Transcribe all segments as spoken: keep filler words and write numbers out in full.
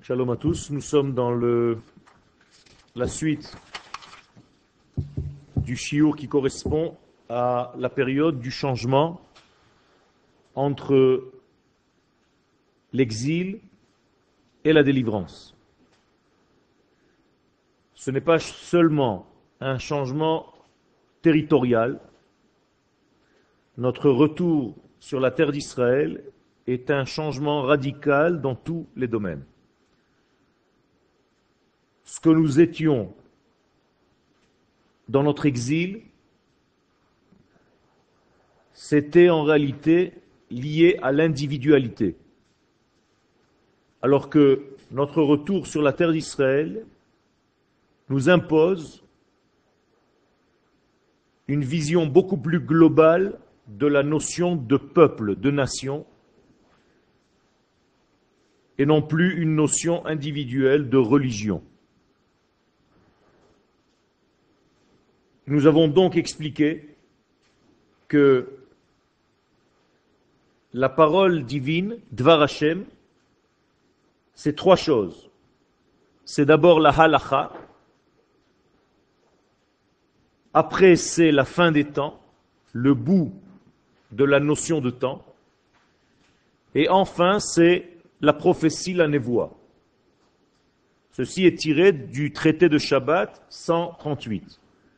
Shalom à tous, nous sommes dans le, la suite du shiur qui correspond à la période du changement entre l'exil et la délivrance. Ce n'est pas seulement un changement territorial. Notre retour sur la terre d'Israël est un changement radical dans tous les domaines. Ce que nous étions dans notre exil, c'était en réalité lié à l'individualité. Alors que notre retour sur la terre d'Israël nous impose une vision beaucoup plus globale de la notion de peuple, de nation, et non plus une notion individuelle de religion. Nous avons donc expliqué que la parole divine, Dvar Hashem, c'est trois choses. C'est d'abord la halacha, après c'est la fin des temps, le bout de la notion de temps, et enfin c'est la prophétie, la névoie. Ceci est tiré du traité de Shabbat cent trente-huit.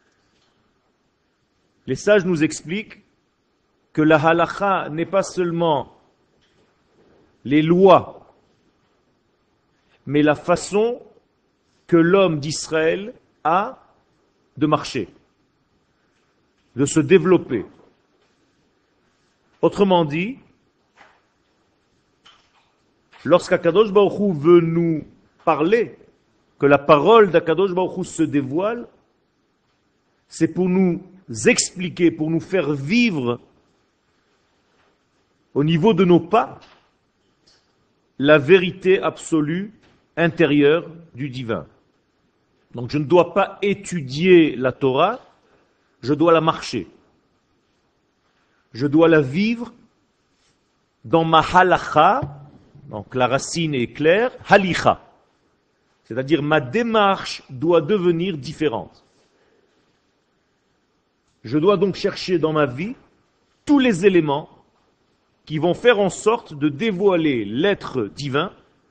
Les sages nous expliquent que la halacha n'est pas seulement les lois, mais la façon que l'homme d'Israël a de marcher, de se développer. Autrement dit, lorsqu'Akadosh Baruch Hu veut nous parler, que la parole d'Akadosh Baruch Hu se dévoile, c'est pour nous expliquer, pour nous faire vivre au niveau de nos pas la vérité absolue intérieure du divin. Donc je ne dois pas étudier la Torah, je dois la marcher. Je dois la vivre dans ma halacha, donc la racine est claire, halicha. C'est-à-dire ma démarche doit devenir différente. Je dois donc chercher dans ma vie tous les éléments qui vont faire en sorte de dévoiler l'être divin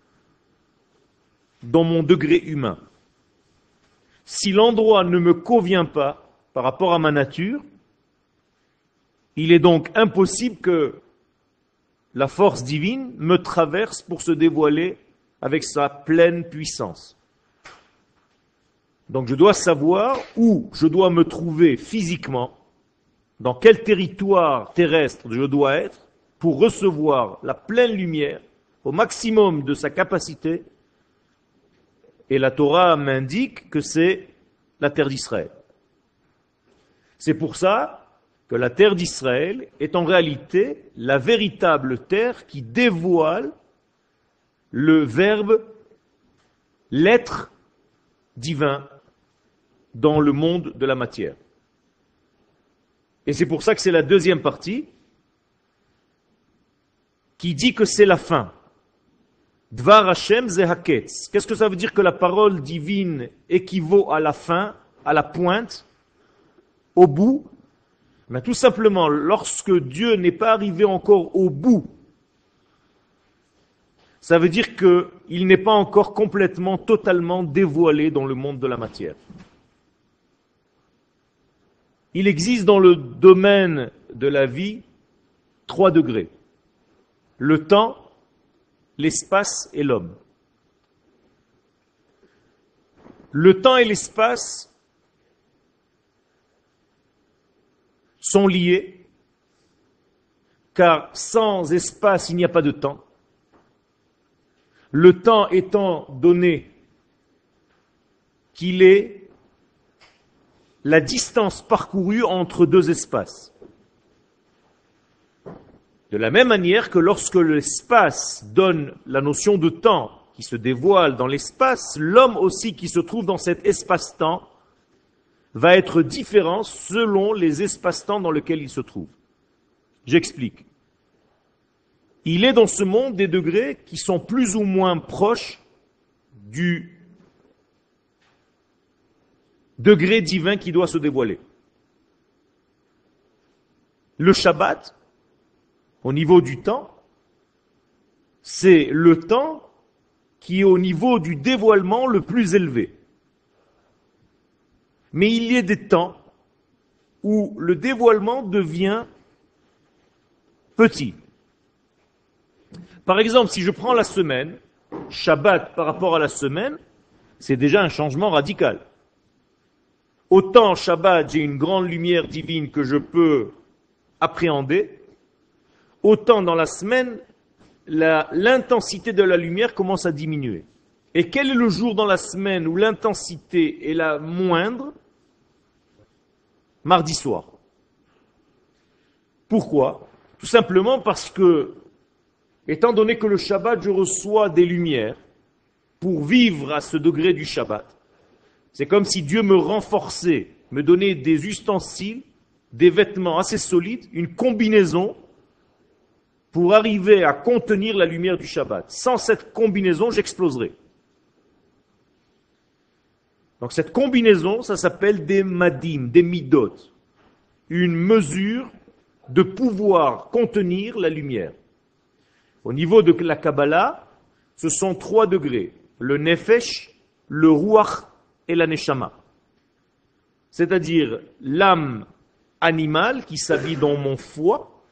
dans mon degré humain. Si l'endroit ne me convient pas par rapport à ma nature, il est donc impossible que la force divine me traverse pour se dévoiler avec sa pleine puissance. Donc je dois savoir où je dois me trouver physiquement, dans quel territoire terrestre je dois être pour recevoir la pleine lumière au maximum de sa capacité. Et la Torah m'indique que c'est la terre d'Israël. C'est pour ça que la terre d'Israël est en réalité la véritable terre qui dévoile le verbe, l'être divin dans le monde de la matière. Et c'est pour ça que c'est la deuxième partie qui dit que c'est la fin. Dvar Hashem ze haketz. Qu'est-ce que ça veut dire que la parole divine équivaut à la fin, à la pointe, au bout? Mais tout simplement, lorsque Dieu n'est pas arrivé encore au bout, ça veut dire qu'il n'est pas encore complètement, totalement dévoilé dans le monde de la matière. Il existe dans le domaine de la vie trois degrés. Le temps, l'espace et l'homme. Le temps et l'espace sont liés, car sans espace, il n'y a pas de temps. Le temps étant donné qu'il est la distance parcourue entre deux espaces. De la même manière que lorsque l'espace donne la notion de temps qui se dévoile dans l'espace, l'homme aussi qui se trouve dans cet espace-temps va être différent selon les espaces-temps dans lesquels il se trouve. J'explique. Il est dans ce monde des degrés qui sont plus ou moins proches du degré divin qui doit se dévoiler. Le Shabbat, au niveau du temps, c'est le temps qui est au niveau du dévoilement le plus élevé. Mais il y a des temps où le dévoilement devient petit. Par exemple, si je prends la semaine, Shabbat par rapport à la semaine, c'est déjà un changement radical. Autant Shabbat, j'ai une grande lumière divine que je peux appréhender, autant dans la semaine, la, l'intensité de la lumière commence à diminuer. Et quel est le jour dans la semaine où l'intensité est la moindre? Mardi soir. Pourquoi? Tout simplement parce que, étant donné que le Shabbat, je reçois des lumières pour vivre à ce degré du Shabbat, c'est comme si Dieu me renforçait, me donnait des ustensiles, des vêtements assez solides, une combinaison pour arriver à contenir la lumière du Shabbat. Sans cette combinaison, j'exploserais. Donc cette combinaison, ça s'appelle des madim, des midot, une mesure de pouvoir contenir la lumière. Au niveau de la Kabbalah, ce sont trois degrés, le nefesh, le ruach et la neshama. C'est-à-dire l'âme animale qui s'habille dans mon foie,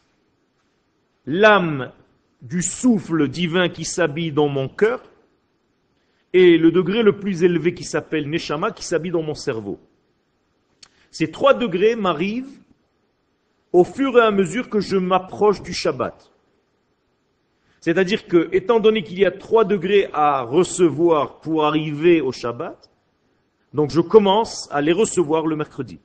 l'âme du souffle divin qui s'habille dans mon cœur, et le degré le plus élevé qui s'appelle neshama qui s'habille dans mon cerveau. Ces trois degrés m'arrivent au fur et à mesure que je m'approche du Shabbat. C'est-à-dire que, étant donné qu'il y a trois degrés à recevoir pour arriver au Shabbat, donc je commence à les recevoir le mercredi.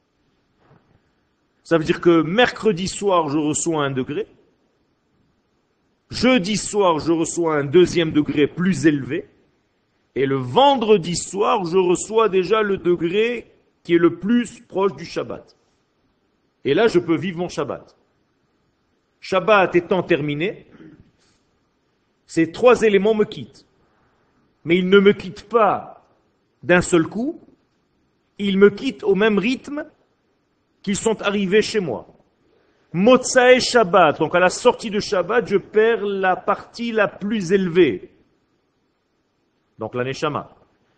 Ça veut dire que mercredi soir, je reçois un degré. Jeudi soir, je reçois un deuxième degré plus élevé. Et le vendredi soir, je reçois déjà le degré qui est le plus proche du Shabbat. Et là, je peux vivre mon Shabbat. Shabbat étant terminé, ces trois éléments me quittent. Mais ils ne me quittent pas d'un seul coup, ils me quittent au même rythme qu'ils sont arrivés chez moi. Motsae Shabbat, donc à la sortie de Shabbat, je perds la partie la plus élevée. Donc la Neshama.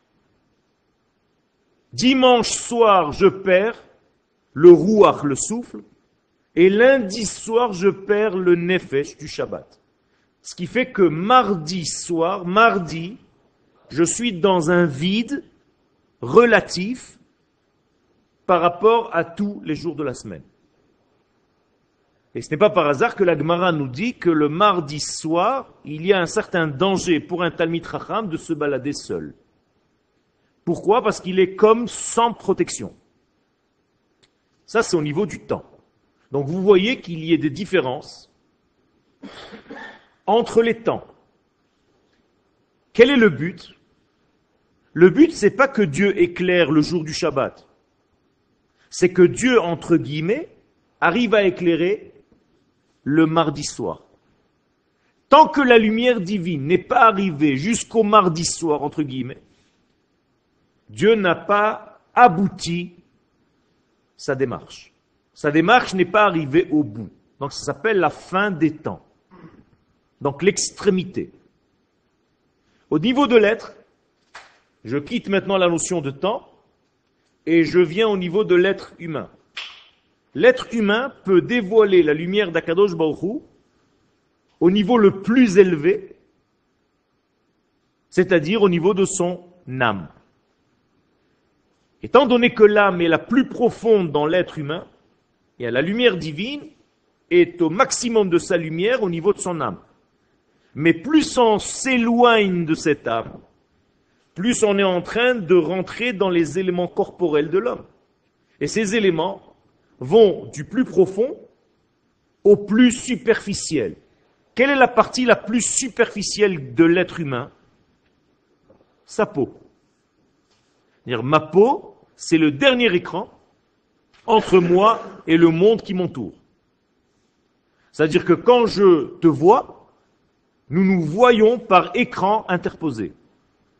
Dimanche soir, je perds le Ruach, le souffle, et lundi soir, je perds le Nefesh du Shabbat. Ce qui fait que mardi soir, mardi, je suis dans un vide relatif par rapport à tous les jours de la semaine. Et ce n'est pas par hasard que la Gemara nous dit que le mardi soir, il y a un certain danger pour un Talmid Chacham de se balader seul. Pourquoi? Parce qu'il est comme sans protection. Ça, c'est au niveau du temps. Donc vous voyez qu'il y a des différences entre les temps. Quel est le but? Le but, c'est pas que Dieu éclaire le jour du Shabbat. C'est que Dieu, entre guillemets, arrive à éclairer le mardi soir. Tant que la lumière divine n'est pas arrivée jusqu'au mardi soir, entre guillemets, Dieu n'a pas abouti sa démarche. Sa démarche n'est pas arrivée au bout. Donc ça s'appelle la fin des temps. Donc l'extrémité. Au niveau de l'être, je quitte maintenant la notion de temps et je viens au niveau de l'être humain. L'être humain peut dévoiler la lumière d'Akadosh Baruch Hu au niveau le plus élevé, c'est-à-dire au niveau de son âme. Étant donné que l'âme est la plus profonde dans l'être humain, et la lumière divine est au maximum de sa lumière au niveau de son âme. Mais plus on s'éloigne de cette âme, plus on est en train de rentrer dans les éléments corporels de l'homme. Et ces éléments vont du plus profond au plus superficiel. Quelle est la partie la plus superficielle de l'être humain? Sa peau. C'est-à-dire, ma peau, c'est le dernier écran entre moi et le monde qui m'entoure. C'est-à-dire que quand je te vois, nous nous voyons par écran interposé.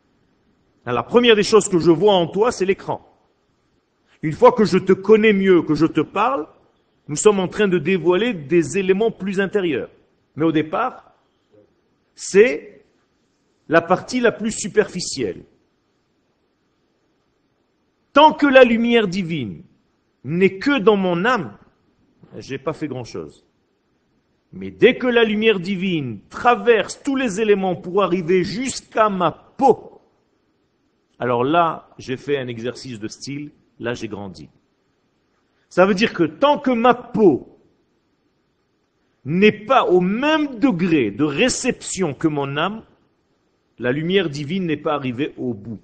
Alors, la première des choses que je vois en toi, c'est l'écran. Une fois que je te connais mieux, que je te parle, nous sommes en train de dévoiler des éléments plus intérieurs. Mais au départ, c'est la partie la plus superficielle. Tant que la lumière divine n'est que dans mon âme, j'ai pas fait grand-chose. Mais dès que la lumière divine traverse tous les éléments pour arriver jusqu'à ma peau, alors là, j'ai fait un exercice de style, là j'ai grandi. Ça veut dire que tant que ma peau n'est pas au même degré de réception que mon âme, la lumière divine n'est pas arrivée au bout.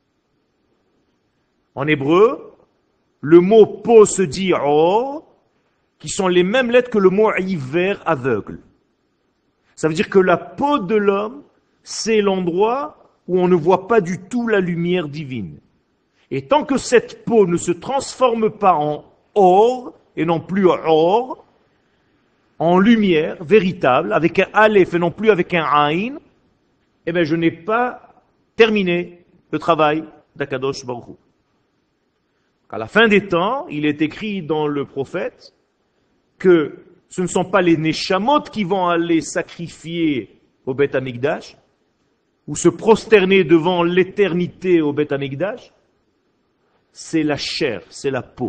En hébreu, le mot peau se dit or, qui sont les mêmes lettres que le mot hiver, aveugle. Ça veut dire que la peau de l'homme, c'est l'endroit où on ne voit pas du tout la lumière divine. Et tant que cette peau ne se transforme pas en or, et non plus or, en lumière véritable, avec un aleph et non plus avec un aïn, eh bien je n'ai pas terminé le travail d'Akadosh Baruch Hu. À la fin des temps, il est écrit dans le prophète que ce ne sont pas les Neshamot qui vont aller sacrifier au Beth Amikdash, ou se prosterner devant l'éternité au Beth Amikdash, c'est la chair, c'est la peau.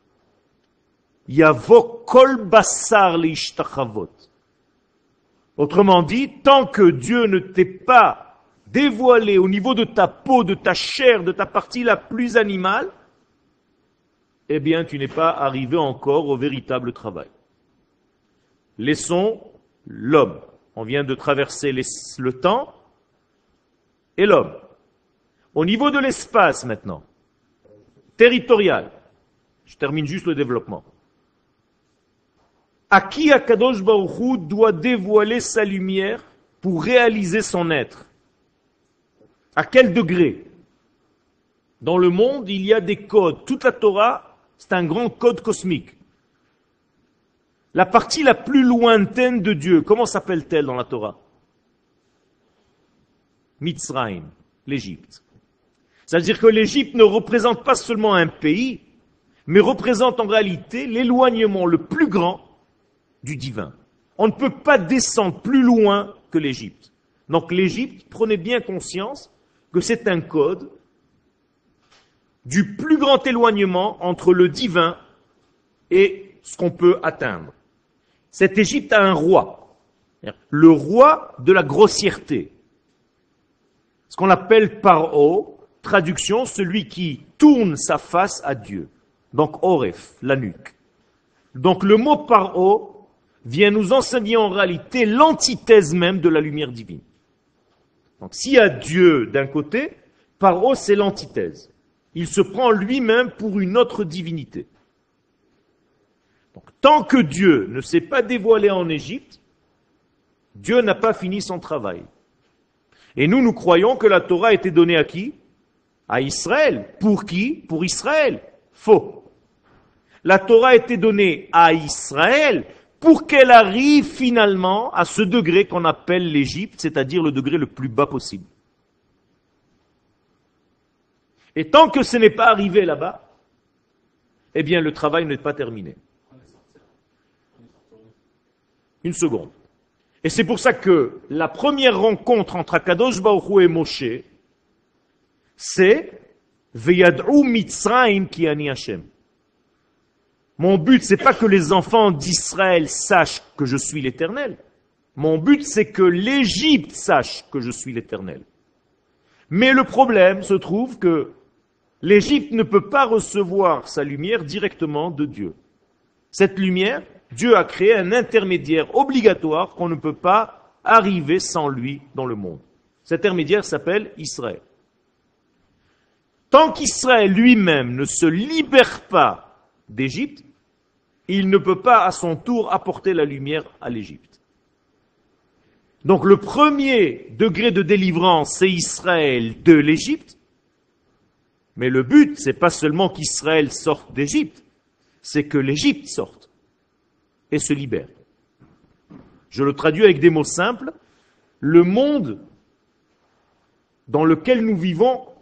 Yavo kol basar leishtachavot. Autrement dit, tant que Dieu ne t'est pas dévoilé au niveau de ta peau, de ta chair, de ta partie la plus animale, eh bien, tu n'es pas arrivé encore au véritable travail. Laissons l'homme. On vient de traverser les, le temps et l'homme. Au niveau de l'espace maintenant, territorial, je termine juste le développement. À qui Akadosh Baruch Hu doit dévoiler sa lumière pour réaliser son être? À quel degré? Dans le monde, il y a des codes. Toute la Torah, c'est un grand code cosmique. La partie la plus lointaine de Dieu, comment s'appelle-t-elle dans la Torah? Mitzrayim, l'Égypte. C'est-à-dire que l'Égypte ne représente pas seulement un pays, mais représente en réalité l'éloignement le plus grand du divin. On ne peut pas descendre plus loin que l'Égypte. Donc l'Égypte, prenez bien conscience que c'est un code du plus grand éloignement entre le divin et ce qu'on peut atteindre. Cette Égypte a un roi, le roi de la grossièreté. Ce qu'on appelle Paro, traduction, celui qui tourne sa face à Dieu. Donc Oref, la nuque. Donc le mot Paro vient nous enseigner en réalité l'antithèse même de la lumière divine. Donc s'il y a Dieu d'un côté, Paro c'est l'antithèse. Il se prend lui-même pour une autre divinité. Donc, tant que Dieu ne s'est pas dévoilé en Égypte, Dieu n'a pas fini son travail. Et nous, nous croyons que la Torah a été donnée à qui? À Israël. Pour qui? Pour Israël. Faux. La Torah a été donnée à Israël pour qu'elle arrive finalement à ce degré qu'on appelle l'Égypte, c'est-à-dire le degré le plus bas possible. Et tant que ce n'est pas arrivé là-bas, eh bien le travail n'est pas terminé. Une seconde. Et c'est pour ça que la première rencontre entre Akadosh Baruch Hu et Moshe, c'est Veyad'u Mitzrayim ki ani Hashem. Mon but, c'est pas que les enfants d'Israël sachent que je suis l'Éternel. Mon but, c'est que l'Égypte sache que je suis l'Éternel. Mais le problème se trouve que l'Égypte ne peut pas recevoir sa lumière directement de Dieu. Cette lumière, Dieu a créé un intermédiaire obligatoire qu'on ne peut pas arriver sans lui dans le monde. Cet intermédiaire s'appelle Israël. Tant qu'Israël lui-même ne se libère pas d'Égypte, il ne peut pas à son tour apporter la lumière à l'Égypte. Donc le premier degré de délivrance, c'est Israël de l'Égypte. Mais le but, c'est pas seulement qu'Israël sorte d'Égypte, c'est que l'Égypte sorte et se libère. Je le traduis avec des mots simples. Le monde dans lequel nous vivons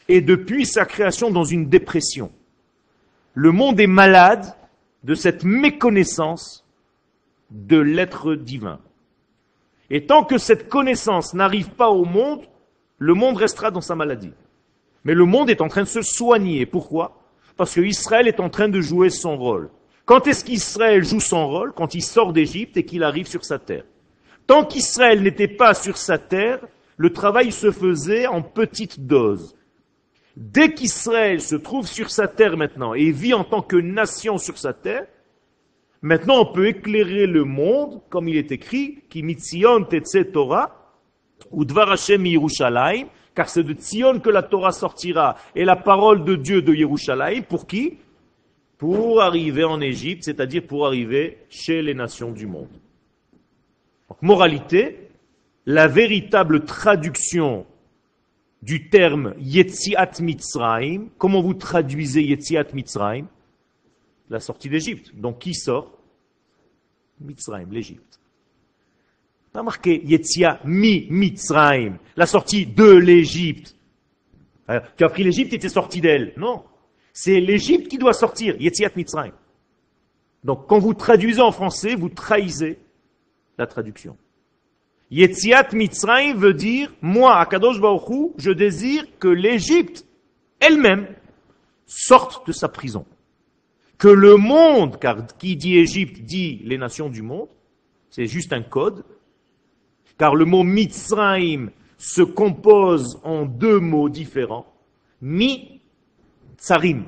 est depuis sa création dans une dépression. Le monde est malade de cette méconnaissance de l'être divin. Et tant que cette connaissance n'arrive pas au monde, le monde restera dans sa maladie. Mais le monde est en train de se soigner. Pourquoi? Parce qu'Israël est en train de jouer son rôle. Quand est-ce qu'Israël joue son rôle? Quand il sort d'Égypte et qu'il arrive sur sa terre. Tant qu'Israël n'était pas sur sa terre, le travail se faisait en petite dose. Dès qu'Israël se trouve sur sa terre maintenant et vit en tant que nation sur sa terre, maintenant on peut éclairer le monde, comme il est écrit, Ki mitzion tetze Torah, ou dvar Hashem Yerushalayim, car c'est de Tzion que la Torah sortira, et la parole de Dieu de Yerushalayim, pour qui? Pour arriver en Égypte, c'est-à-dire pour arriver chez les nations du monde. Donc, moralité, la véritable traduction du terme Yetziat Mitzrayim, comment vous traduisez Yetziat Mitzrayim? La sortie d'Égypte. Donc qui sort? Mitzrayim, l'Égypte. On a marqué Yetzia mi Mitzrayim, la sortie de l'Égypte. Tu as pris l'Égypte et tu es sorti d'elle. Non. C'est l'Égypte qui doit sortir, Yetziat Mitzrayim. Donc quand vous traduisez en français, vous trahissez la traduction. Yetziat Mitzrayim veut dire, moi, Akadosh Baruch Hu, je désire que l'Égypte elle-même sorte de sa prison. Que le monde, car qui dit Égypte dit les nations du monde, c'est juste un code, car le mot Mitzrayim se compose en deux mots différents. Mi, tsarim.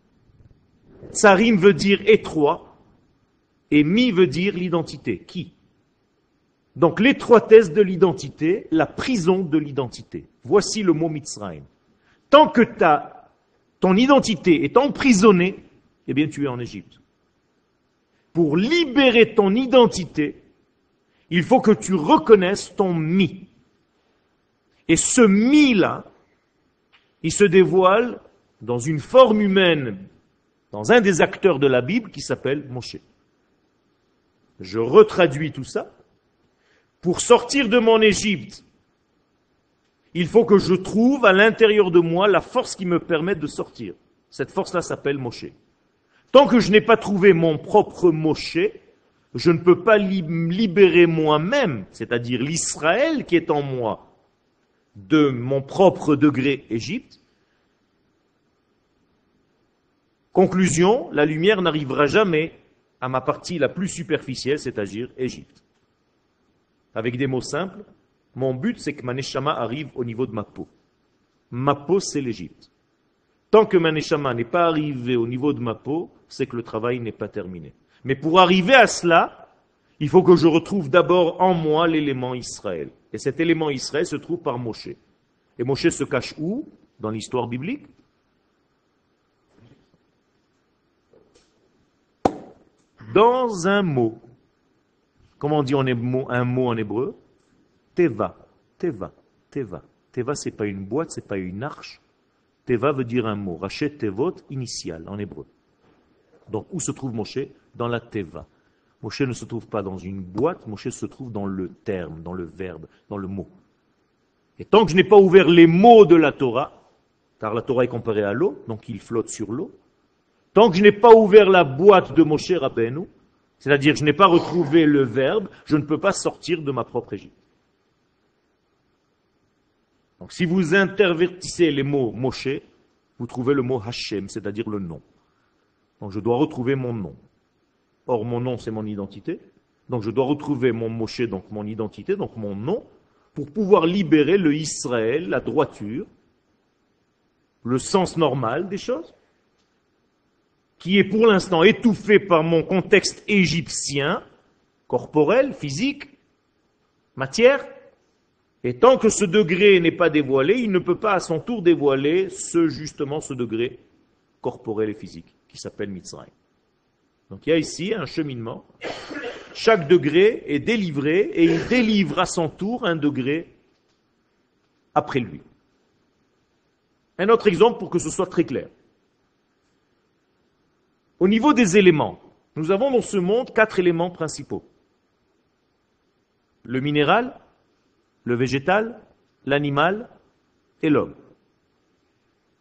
Tsarim veut dire étroit, et mi veut dire l'identité. Qui? Donc l'étroitesse de l'identité, la prison de l'identité. Voici le mot Mitzrayim. Tant que ta, ton identité est emprisonnée, eh bien tu es en Égypte. Pour libérer ton identité, il faut que tu reconnaisses ton mi. Et ce mi-là, il se dévoile dans une forme humaine, dans un des acteurs de la Bible qui s'appelle Moshe. Je retraduis tout ça. Pour sortir de mon Égypte, il faut que je trouve à l'intérieur de moi la force qui me permet de sortir. Cette force-là s'appelle Moshe. Tant que je n'ai pas trouvé mon propre Moshe, je ne peux pas me libérer moi-même, c'est-à-dire l'Israël qui est en moi, de mon propre degré Égypte. Conclusion, la lumière n'arrivera jamais à ma partie la plus superficielle, c'est-à-dire Égypte. Avec des mots simples, mon but c'est que ma neshama arrive au niveau de ma peau. Ma peau c'est l'Égypte. Tant que ma neshama n'est pas arrivée au niveau de ma peau, c'est que le travail n'est pas terminé. Mais pour arriver à cela, il faut que je retrouve d'abord en moi l'élément Israël. Et cet élément Israël se trouve par Moshe. Et Moshe se cache où? Dans l'histoire biblique? Dans un mot. Comment on dit en hébreu, un mot en hébreu? Teva. Teva. Teva. Teva, c'est pas une boîte, c'est pas une arche. Teva veut dire un mot. Rachet Tevot, initial, en hébreu. Donc, où se trouve Moshe? Dans la Teva. Moshe ne se trouve pas dans une boîte, Moshe se trouve dans le terme, dans le verbe, dans le mot. Et tant que je n'ai pas ouvert les mots de la Torah, car la Torah est comparée à l'eau, donc il flotte sur l'eau, tant que je n'ai pas ouvert la boîte de Moshe Rabbeinu, c'est-à-dire je n'ai pas retrouvé le verbe, je ne peux pas sortir de ma propre Égypte. Donc si vous intervertissez les mots Moshe, vous trouvez le mot Hashem, c'est-à-dire le nom. Donc je dois retrouver mon nom. Or mon nom c'est mon identité. Donc je dois retrouver mon Moshe, donc mon identité, donc mon nom, pour pouvoir libérer le Israël, la droiture, le sens normal des choses, qui est pour l'instant étouffé par mon contexte égyptien, corporel, physique, matière. Et tant que ce degré n'est pas dévoilé, il ne peut pas à son tour dévoiler ce, justement ce degré corporel et physique, qui s'appelle Mitzrayim. Donc il y a ici un cheminement. Chaque degré est délivré et il délivre à son tour un degré après lui. Un autre exemple pour que ce soit très clair. Au niveau des éléments, nous avons dans ce monde quatre éléments principaux. Le minéral, le végétal, l'animal et l'homme.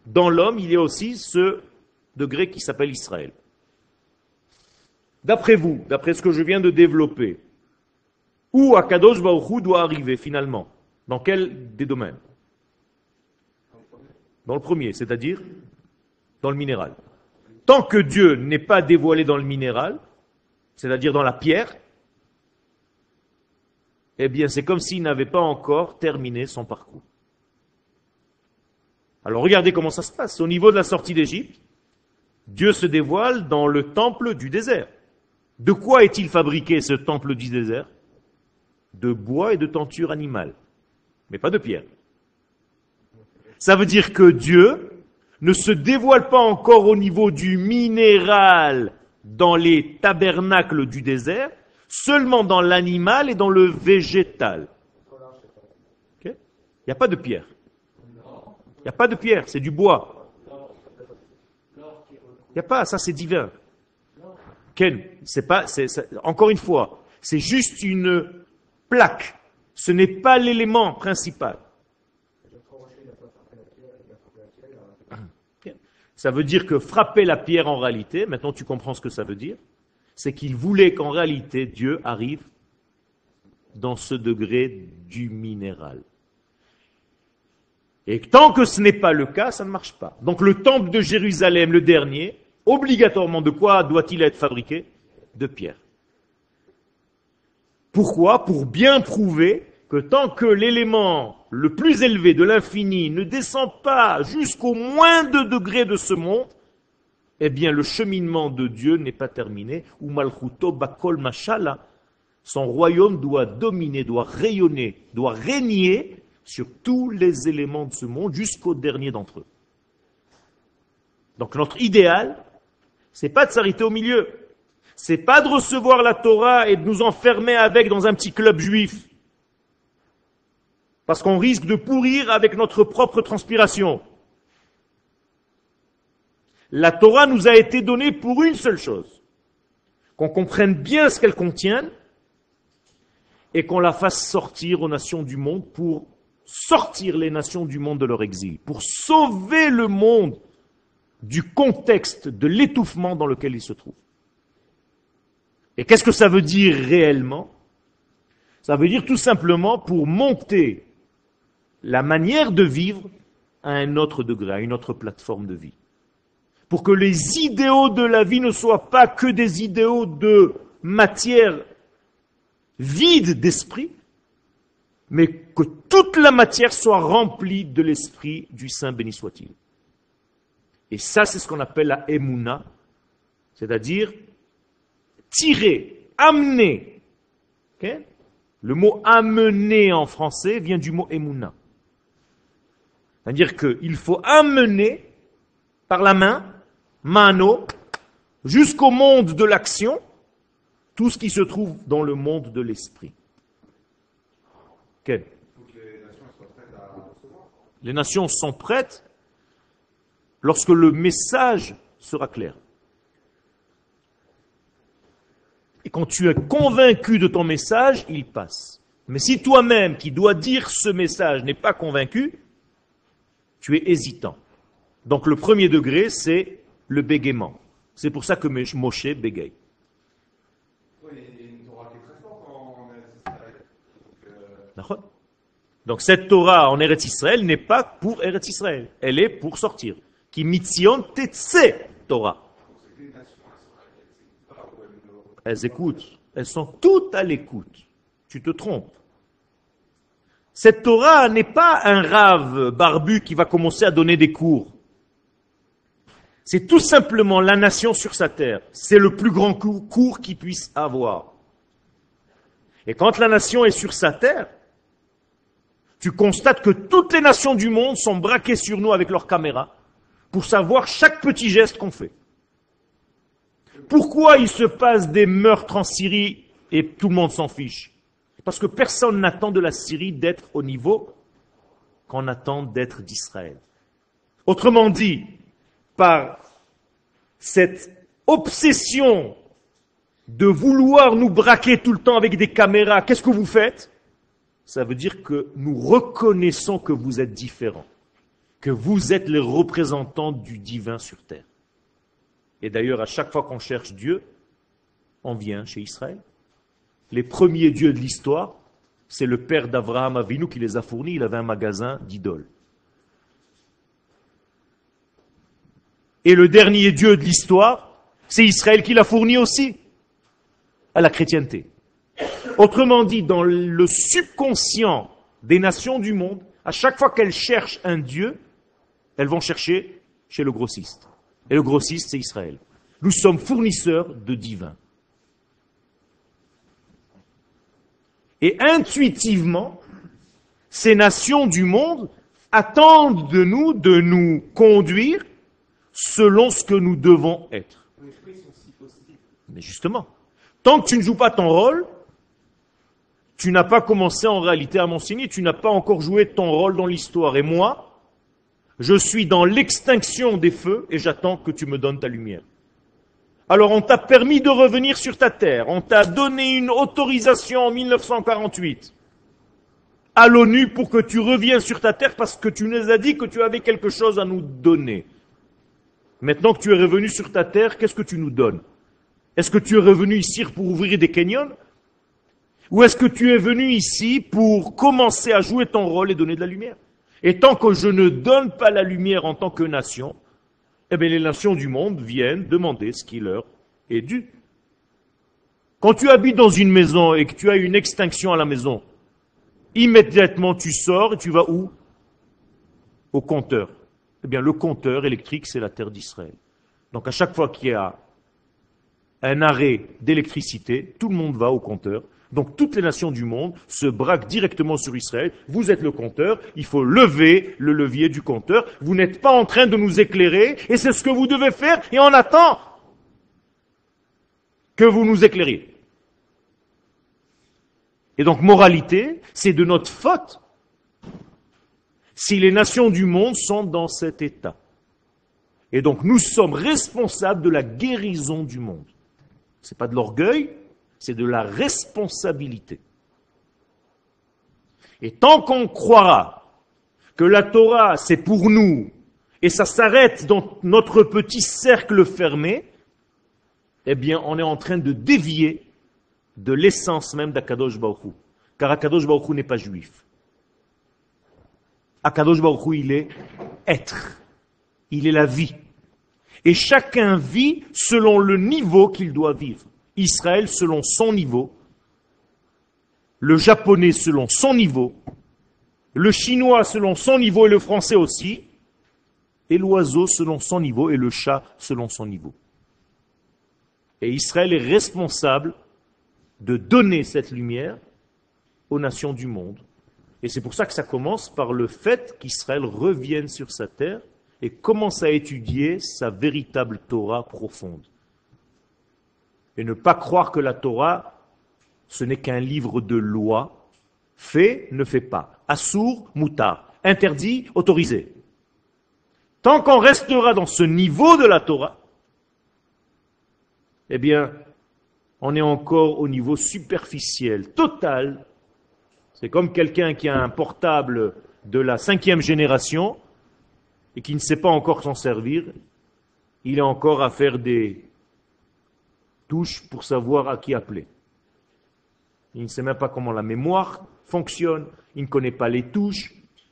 dans l'homme, il y a aussi ce degré qui s'appelle Israël. D'après vous, d'après ce que je viens de développer, où Akadosh Baruch Hu doit arriver finalement? Dans quel des domaines? Dans le premier, c'est-à-dire dans le minéral. Tant que Dieu n'est pas dévoilé dans le minéral, c'est-à-dire dans la pierre, eh bien c'est comme s'il n'avait pas encore terminé son parcours. Alors regardez comment ça se passe. Au niveau de la sortie d'Égypte, Dieu se dévoile dans le temple du désert. De quoi est-il fabriqué ce temple du désert? De bois et de tenture animale, mais pas de pierre. Ça veut dire que Dieu ne se dévoile pas encore au niveau du minéral dans les tabernacles du désert, seulement dans l'animal et dans le végétal. Okay? Il n'y a pas de pierre. Il n'y a pas de pierre, c'est du bois. Il n'y a pas, ça c'est divin. Ken, c'est pas, c'est, c'est, encore une fois, c'est juste une plaque. Ce n'est pas l'élément principal. Ça veut dire que frapper la pierre en réalité, maintenant tu comprends ce que ça veut dire, c'est qu'il voulait qu'en réalité Dieu arrive dans ce degré du minéral. Et tant que ce n'est pas le cas, ça ne marche pas. Donc le temple de Jérusalem, le dernier, obligatoirement de quoi doit-il être fabriqué? De pierre. Pourquoi? Pour bien prouver que tant que l'élément le plus élevé de l'infini ne descend pas jusqu'au moindre degré de ce monde, eh bien le cheminement de Dieu n'est pas terminé. Ou malchuto bakol mashala, son royaume doit dominer, doit rayonner, doit régner sur tous les éléments de ce monde jusqu'au dernier d'entre eux. Donc notre idéal, c'est pas de s'arrêter au milieu. C'est pas de recevoir la Torah et de nous enfermer avec dans un petit club juif. Parce qu'on risque de pourrir avec notre propre transpiration. La Torah nous a été donnée pour une seule chose. Qu'on comprenne bien ce qu'elle contient et qu'on la fasse sortir aux nations du monde pour sortir les nations du monde de leur exil, pour sauver le monde du contexte de l'étouffement dans lequel il se trouve. Et qu'est-ce que ça veut dire réellement? Ça veut dire tout simplement pour monter la manière de vivre à un autre degré, à une autre plateforme de vie. Pour que les idéaux de la vie ne soient pas que des idéaux de matière vide d'esprit, mais que toute la matière soit remplie de l'esprit du Saint béni soit-il. Et ça, c'est ce qu'on appelle la Emouna, c'est-à-dire tirer, amener. Okay? Le mot amener en français vient du mot Emouna. C'est-à-dire qu'il faut amener par la main, mano, jusqu'au monde de l'action, tout ce qui se trouve dans le monde de l'esprit. Okay. Les nations sont prêtes lorsque le message sera clair. Et quand tu es convaincu de ton message, il passe. Mais si toi-même, qui dois dire ce message, n'es pas convaincu, tu es hésitant. Donc le premier degré, c'est le bégaiement. C'est pour ça que Moshe bégaye. Oui, il y a une Torah qui est très forte en Eretz Israël. Donc cette Torah en Eretz Israël n'est pas pour Eretz Israël. Elle est pour sortir. Ki mitzion tetse Torah. Elles écoutent. Elles sont toutes à l'écoute. Tu te trompes. Cette Torah n'est pas un rave barbu qui va commencer à donner des cours. C'est tout simplement la nation sur sa terre. C'est le plus grand cours qu'il puisse avoir. Et quand la nation est sur sa terre, tu constates que toutes les nations du monde sont braquées sur nous avec leurs caméras pour savoir chaque petit geste qu'on fait. Pourquoi il se passe des meurtres en Syrie et tout le monde s'en fiche? Parce que personne n'attend de la Syrie d'être au niveau qu'on attend d'être d'Israël. Autrement dit, par cette obsession de vouloir nous braquer tout le temps avec des caméras, qu'est-ce que vous faites? Ça veut dire que nous reconnaissons que vous êtes différents. que vous êtes les représentants du divin sur terre. Et d'ailleurs, à chaque fois qu'on cherche Dieu, on vient chez Israël. Les premiers dieux de l'histoire, c'est le père d'Abraham Avinu qui les a fournis. Il avait un magasin d'idoles. Et le dernier Dieu de l'histoire, c'est Israël qui l'a fourni aussi à la chrétienté. Autrement dit, dans le subconscient des nations du monde, à chaque fois qu'elles cherchent un Dieu, elles vont chercher chez le grossiste. Et le grossiste, c'est Israël. Nous sommes fournisseurs de divin. Et intuitivement, ces nations du monde attendent de nous de nous conduire selon ce que nous devons être. Mais justement, tant que tu ne joues pas ton rôle, tu n'as pas commencé en réalité à m'enseigner, tu n'as pas encore joué ton rôle dans l'histoire. Et moi, je suis dans l'extinction des feux et j'attends que tu me donnes ta lumière. Alors on t'a permis de revenir sur ta terre, on t'a donné une autorisation en mille neuf cent quarante-huit à l'ONU pour que tu reviennes sur ta terre parce que tu nous as dit que tu avais quelque chose à nous donner. Maintenant que tu es revenu sur ta terre, qu'est-ce que tu nous donnes? Est-ce que tu es revenu ici pour ouvrir des canyons? Ou est-ce que tu es venu ici pour commencer à jouer ton rôle et donner de la lumière? Et tant que je ne donne pas la lumière en tant que nation, eh bien les nations du monde viennent demander ce qui leur est dû. Quand tu habites dans une maison et que tu as une extinction à la maison, immédiatement tu sors et tu vas où? Au compteur. Eh bien le compteur électrique, c'est la terre d'Israël. Donc à chaque fois qu'il y a un arrêt d'électricité, tout le monde va au compteur. Donc toutes les nations du monde se braquent directement sur Israël. Vous êtes le compteur, il faut lever le levier du compteur. Vous n'êtes pas en train de nous éclairer et c'est ce que vous devez faire et on attend que vous nous éclairiez. Et donc moralité, c'est de notre faute si les nations du monde sont dans cet état. Et donc nous sommes responsables de la guérison du monde. Ce n'est pas de l'orgueil, c'est de la responsabilité. Et tant qu'on croira que la Torah, c'est pour nous, et ça s'arrête dans notre petit cercle fermé, eh bien, on est en train de dévier de l'essence même d'Akadosh Baruch Hu. Car Akadosh Baruch Hu n'est pas juif. Akadosh Baruch Hu, il est être. Il est la vie. Et chacun vit selon le niveau qu'il doit vivre. Israël selon son niveau, le japonais selon son niveau, le chinois selon son niveau et le français aussi, et l'oiseau selon son niveau et le chat selon son niveau. Et Israël est responsable de donner cette lumière aux nations du monde. Et c'est pour ça que ça commence par le fait qu'Israël revienne sur sa terre et commence à étudier sa véritable Torah profonde. Et ne pas croire que la Torah, ce n'est qu'un livre de loi. Fait, ne fait pas. Assour, moutar. Interdit, autorisé. Tant qu'on restera dans ce niveau de la Torah, eh bien, on est encore au niveau superficiel, total. C'est comme quelqu'un qui a un portable de la cinquième génération et qui ne sait pas encore s'en servir. Il est encore à faire des touches pour savoir à qui appeler. Il ne sait même pas comment la mémoire fonctionne, il ne connaît pas les touches.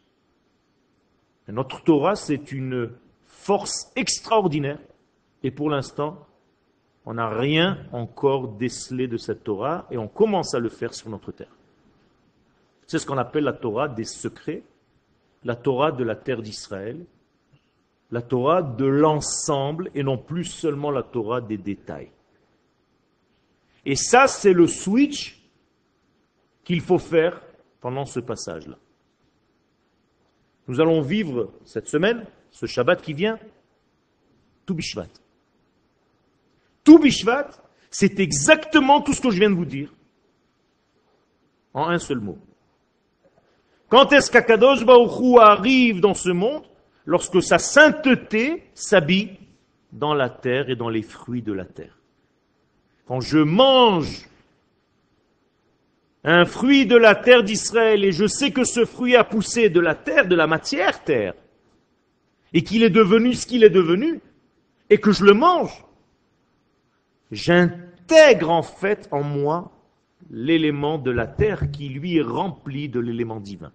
Notre Torah, c'est une force extraordinaire. Et pour l'instant, on n'a rien encore décelé de cette Torah et on commence à le faire sur notre terre. C'est ce qu'on appelle la Torah des secrets, la Torah de la terre d'Israël, la Torah de l'ensemble et non plus seulement la Torah des détails. Et ça, c'est le switch qu'il faut faire pendant ce passage-là. Nous allons vivre cette semaine, ce Shabbat qui vient, Tou Bishvat. Tou Bishvat, c'est exactement tout ce que je viens de vous dire, en un seul mot. Quand est-ce qu'Akadosh Baruch Hu arrive dans ce monde? Lorsque sa sainteté s'habille dans la terre et dans les fruits de la terre. Quand je mange un fruit de la terre d'Israël et je sais que ce fruit a poussé de la terre, de la matière terre, et qu'il est devenu ce qu'il est devenu, et que je le mange, j'intègre en fait en moi l'élément de la terre qui lui est rempli de l'élément divin.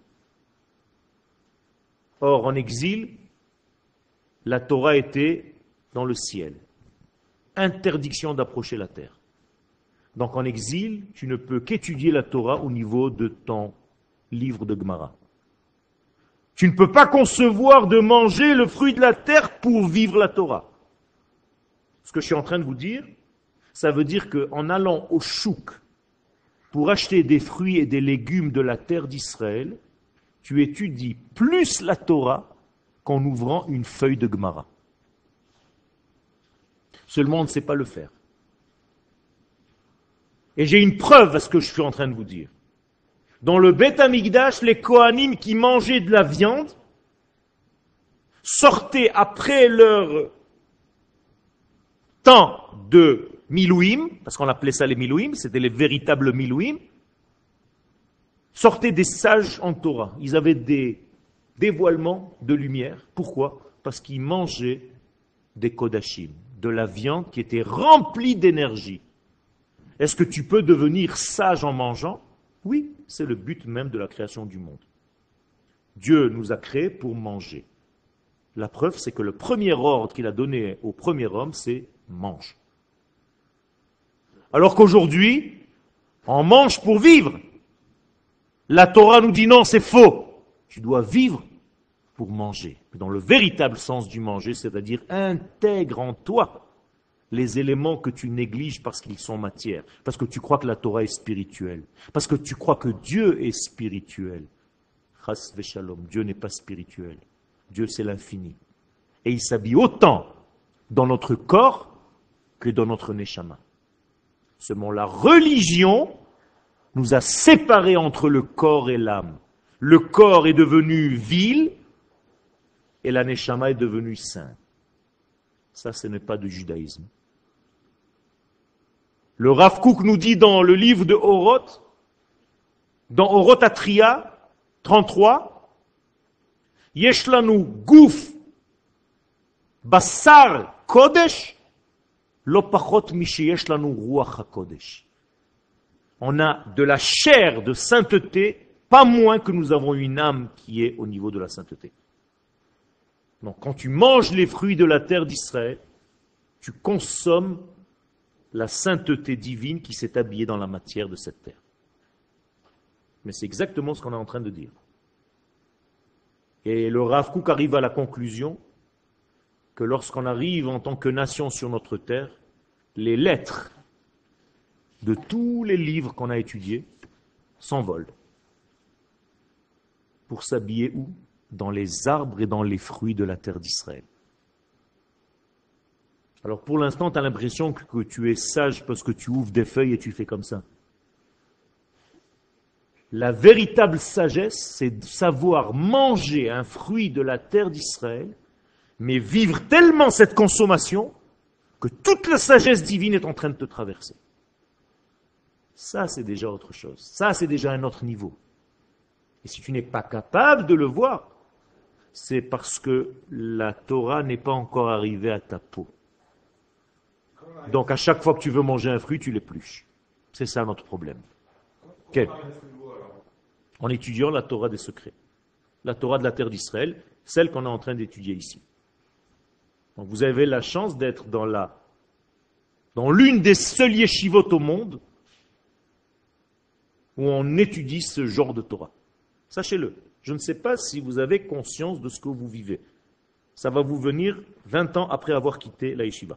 Or, en exil, la Torah était dans le ciel. Interdiction d'approcher la terre. Donc en exil, tu ne peux qu'étudier la Torah au niveau de ton livre de Gemara. Tu ne peux pas concevoir de manger le fruit de la terre pour vivre la Torah. Ce que je suis en train de vous dire, ça veut dire qu'en allant au chouk pour acheter des fruits et des légumes de la terre d'Israël, tu étudies plus la Torah qu'en ouvrant une feuille de Gemara. Seulement, on ne sait pas le faire. Et j'ai une preuve à ce que je suis en train de vous dire. Dans le Beth Amikdash, les Kohanim qui mangeaient de la viande sortaient après leur temps de Milouim, parce qu'on appelait ça les Milouim, c'était les véritables Milouim, sortaient des sages en Torah. Ils avaient des dévoilements de lumière. Pourquoi? Parce qu'ils mangeaient des Kodashim, de la viande qui était remplie d'énergie. Est-ce que tu peux devenir sage en mangeant? Oui, c'est le but même de la création du monde. Dieu nous a créés pour manger. La preuve, c'est que le premier ordre qu'il a donné au premier homme, c'est mange. Alors qu'aujourd'hui, on mange pour vivre. La Torah nous dit non, c'est faux. Tu dois vivre pour manger. Dans le véritable sens du manger, c'est-à-dire intègre en toi les éléments que tu négliges parce qu'ils sont matière, parce que tu crois que la Torah est spirituelle, parce que tu crois que Dieu est spirituel. Chas v'shalom, Dieu n'est pas spirituel. Dieu, c'est l'infini. Et il s'habille autant dans notre corps que dans notre neshama. Seulement la religion nous a séparés entre le corps et l'âme. Le corps est devenu vil et la neshama est devenue saint. Ça, ce n'est pas du judaïsme. Le Rav Kook nous dit dans le livre de Oroth, dans Oroth Atria, trente-trois, Yeshlanu Gouf Basar Kodesh Lo pachot mi sheyeshlanu Ruach HaKodesh. On a de la chair de sainteté, pas moins que nous avons une âme qui est au niveau de la sainteté. Donc quand tu manges les fruits de la terre d'Israël, tu consommes la sainteté divine qui s'est habillée dans la matière de cette terre. Mais c'est exactement ce qu'on est en train de dire. Et le Rav Kook arrive à la conclusion que lorsqu'on arrive en tant que nation sur notre terre, les lettres de tous les livres qu'on a étudiés s'envolent pour s'habiller où? Dans les arbres et dans les fruits de la terre d'Israël. Alors pour l'instant, tu as l'impression que, que tu es sage parce que tu ouvres des feuilles et tu fais comme ça. La véritable sagesse, c'est de savoir manger un fruit de la terre d'Israël, mais vivre tellement cette consommation que toute la sagesse divine est en train de te traverser. Ça, c'est déjà autre chose. Ça, c'est déjà un autre niveau. Et si tu n'es pas capable de le voir, c'est parce que la Torah n'est pas encore arrivée à ta peau. Donc à chaque fois que tu veux manger un fruit, tu l'épluches. C'est ça notre problème. Okay. En étudiant la Torah des secrets. La Torah de la terre d'Israël, celle qu'on est en train d'étudier ici. Donc vous avez la chance d'être dans la, dans l'une des seules yeshivot au monde où on étudie ce genre de Torah. Sachez-le. Je ne sais pas si vous avez conscience de ce que vous vivez. Ça va vous venir vingt ans après avoir quitté la yeshiva.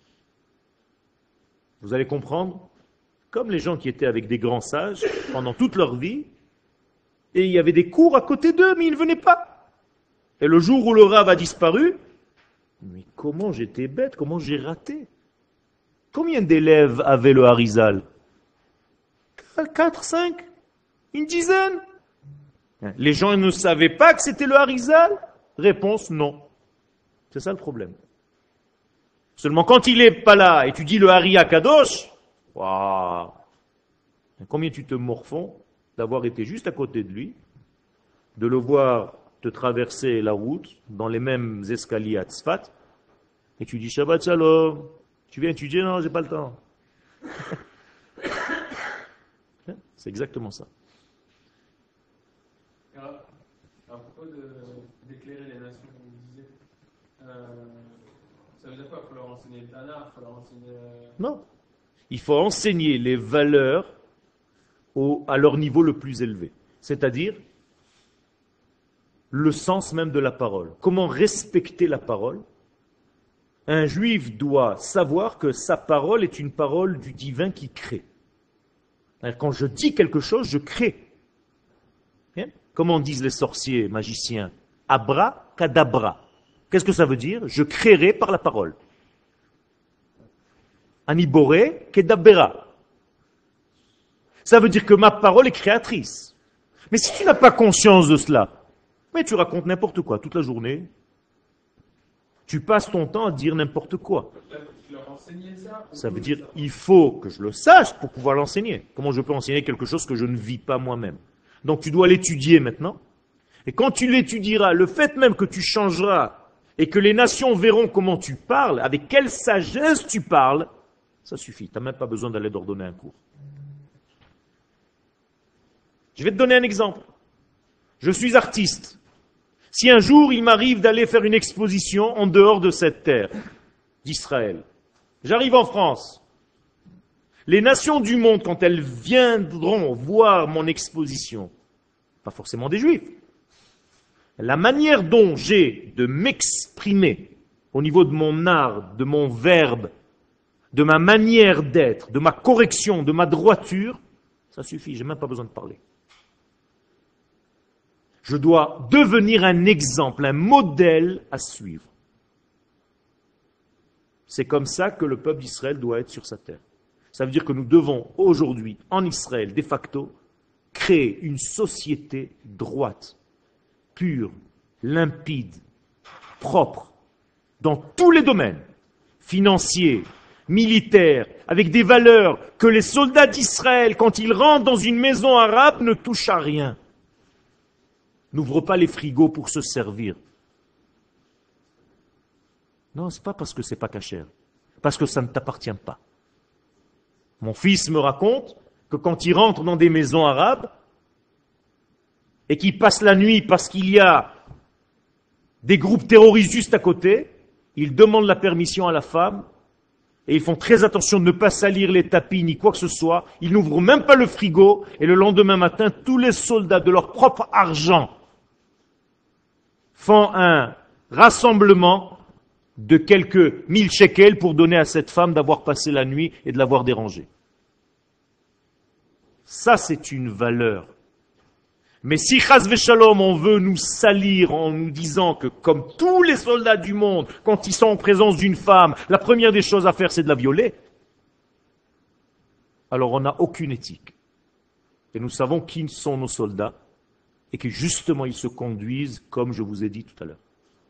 Vous allez comprendre, comme les gens qui étaient avec des grands sages pendant toute leur vie, et il y avait des cours à côté d'eux, mais ils ne venaient pas. Et le jour où le Rav a disparu, mais comment j'étais bête, comment j'ai raté. Combien d'élèves avaient le Harizal? Quatre, cinq, une dizaine. Les gens ne savaient pas que c'était le Harizal? Réponse, non. C'est ça le problème. Seulement quand il n'est pas là et tu dis le Hari Akadosh, waouh, combien tu te morfonds d'avoir été juste à côté de lui, de le voir te traverser la route dans les mêmes escaliers à Tzfat et tu dis Shabbat Shalom, tu viens étudier? Non, j'ai pas le temps. C'est exactement ça. Alors, à propos d'éclairer les nations, comme vous disiez, euh, ça veut dire quoi? Il faut leur enseigner le Tanakh, il faut leur enseigner... Euh... Non. Il faut enseigner les valeurs au, à leur niveau le plus élevé. C'est-à-dire le sens même de la parole. Comment respecter la parole? Un juif doit savoir que sa parole est une parole du divin qui crée. Quand je dis quelque chose, je crée. Bien? Comment disent les sorciers, magiciens? Abra, kadabra. Qu'est-ce que ça veut dire? Je créerai par la parole. Anibore, kedabera. Ça veut dire que ma parole est créatrice. Mais si tu n'as pas conscience de cela, mais tu racontes n'importe quoi toute la journée, tu passes ton temps à dire n'importe quoi. Ça veut dire il faut que je le sache pour pouvoir l'enseigner. Comment je peux enseigner quelque chose que je ne vis pas moi-même? Donc tu dois l'étudier maintenant. Et quand tu l'étudieras, le fait même que tu changeras et que les nations verront comment tu parles, avec quelle sagesse tu parles, ça suffit. Tu n'as même pas besoin d'aller leur donner un cours. Je vais te donner un exemple. Je suis artiste. Si un jour il m'arrive d'aller faire une exposition en dehors de cette terre, d'Israël, j'arrive en France. Les nations du monde, quand elles viendront voir mon exposition, pas forcément des juifs, la manière dont j'ai de m'exprimer au niveau de mon art, de mon verbe, de ma manière d'être, de ma correction, de ma droiture, ça suffit, je n'ai même pas besoin de parler. Je dois devenir un exemple, un modèle à suivre. C'est comme ça que le peuple d'Israël doit être sur sa terre. Ça veut dire que nous devons aujourd'hui, en Israël, de facto, créer une société droite, pure, limpide, propre, dans tous les domaines, financiers, militaires, avec des valeurs que les soldats d'Israël, quand ils rentrent dans une maison arabe, ne touchent à rien. N'ouvre pas les frigos pour se servir. Non, c'est pas parce que c'est pas cachère, parce que ça ne t'appartient pas. Mon fils me raconte que quand il rentre dans des maisons arabes et qu'il passe la nuit parce qu'il y a des groupes terroristes juste à côté, il demande la permission à la femme et ils font très attention de ne pas salir les tapis ni quoi que ce soit. Ils n'ouvrent même pas le frigo et le lendemain matin, tous les soldats de leur propre argent font un rassemblement de quelques mille shekels pour donner à cette femme d'avoir passé la nuit et de l'avoir dérangée. Ça, c'est une valeur. Mais si, chas v'shalom, on veut nous salir en nous disant que, comme tous les soldats du monde, quand ils sont en présence d'une femme, la première des choses à faire, c'est de la violer, alors on n'a aucune éthique. Et nous savons qui sont nos soldats, et que justement, ils se conduisent comme je vous ai dit tout à l'heure.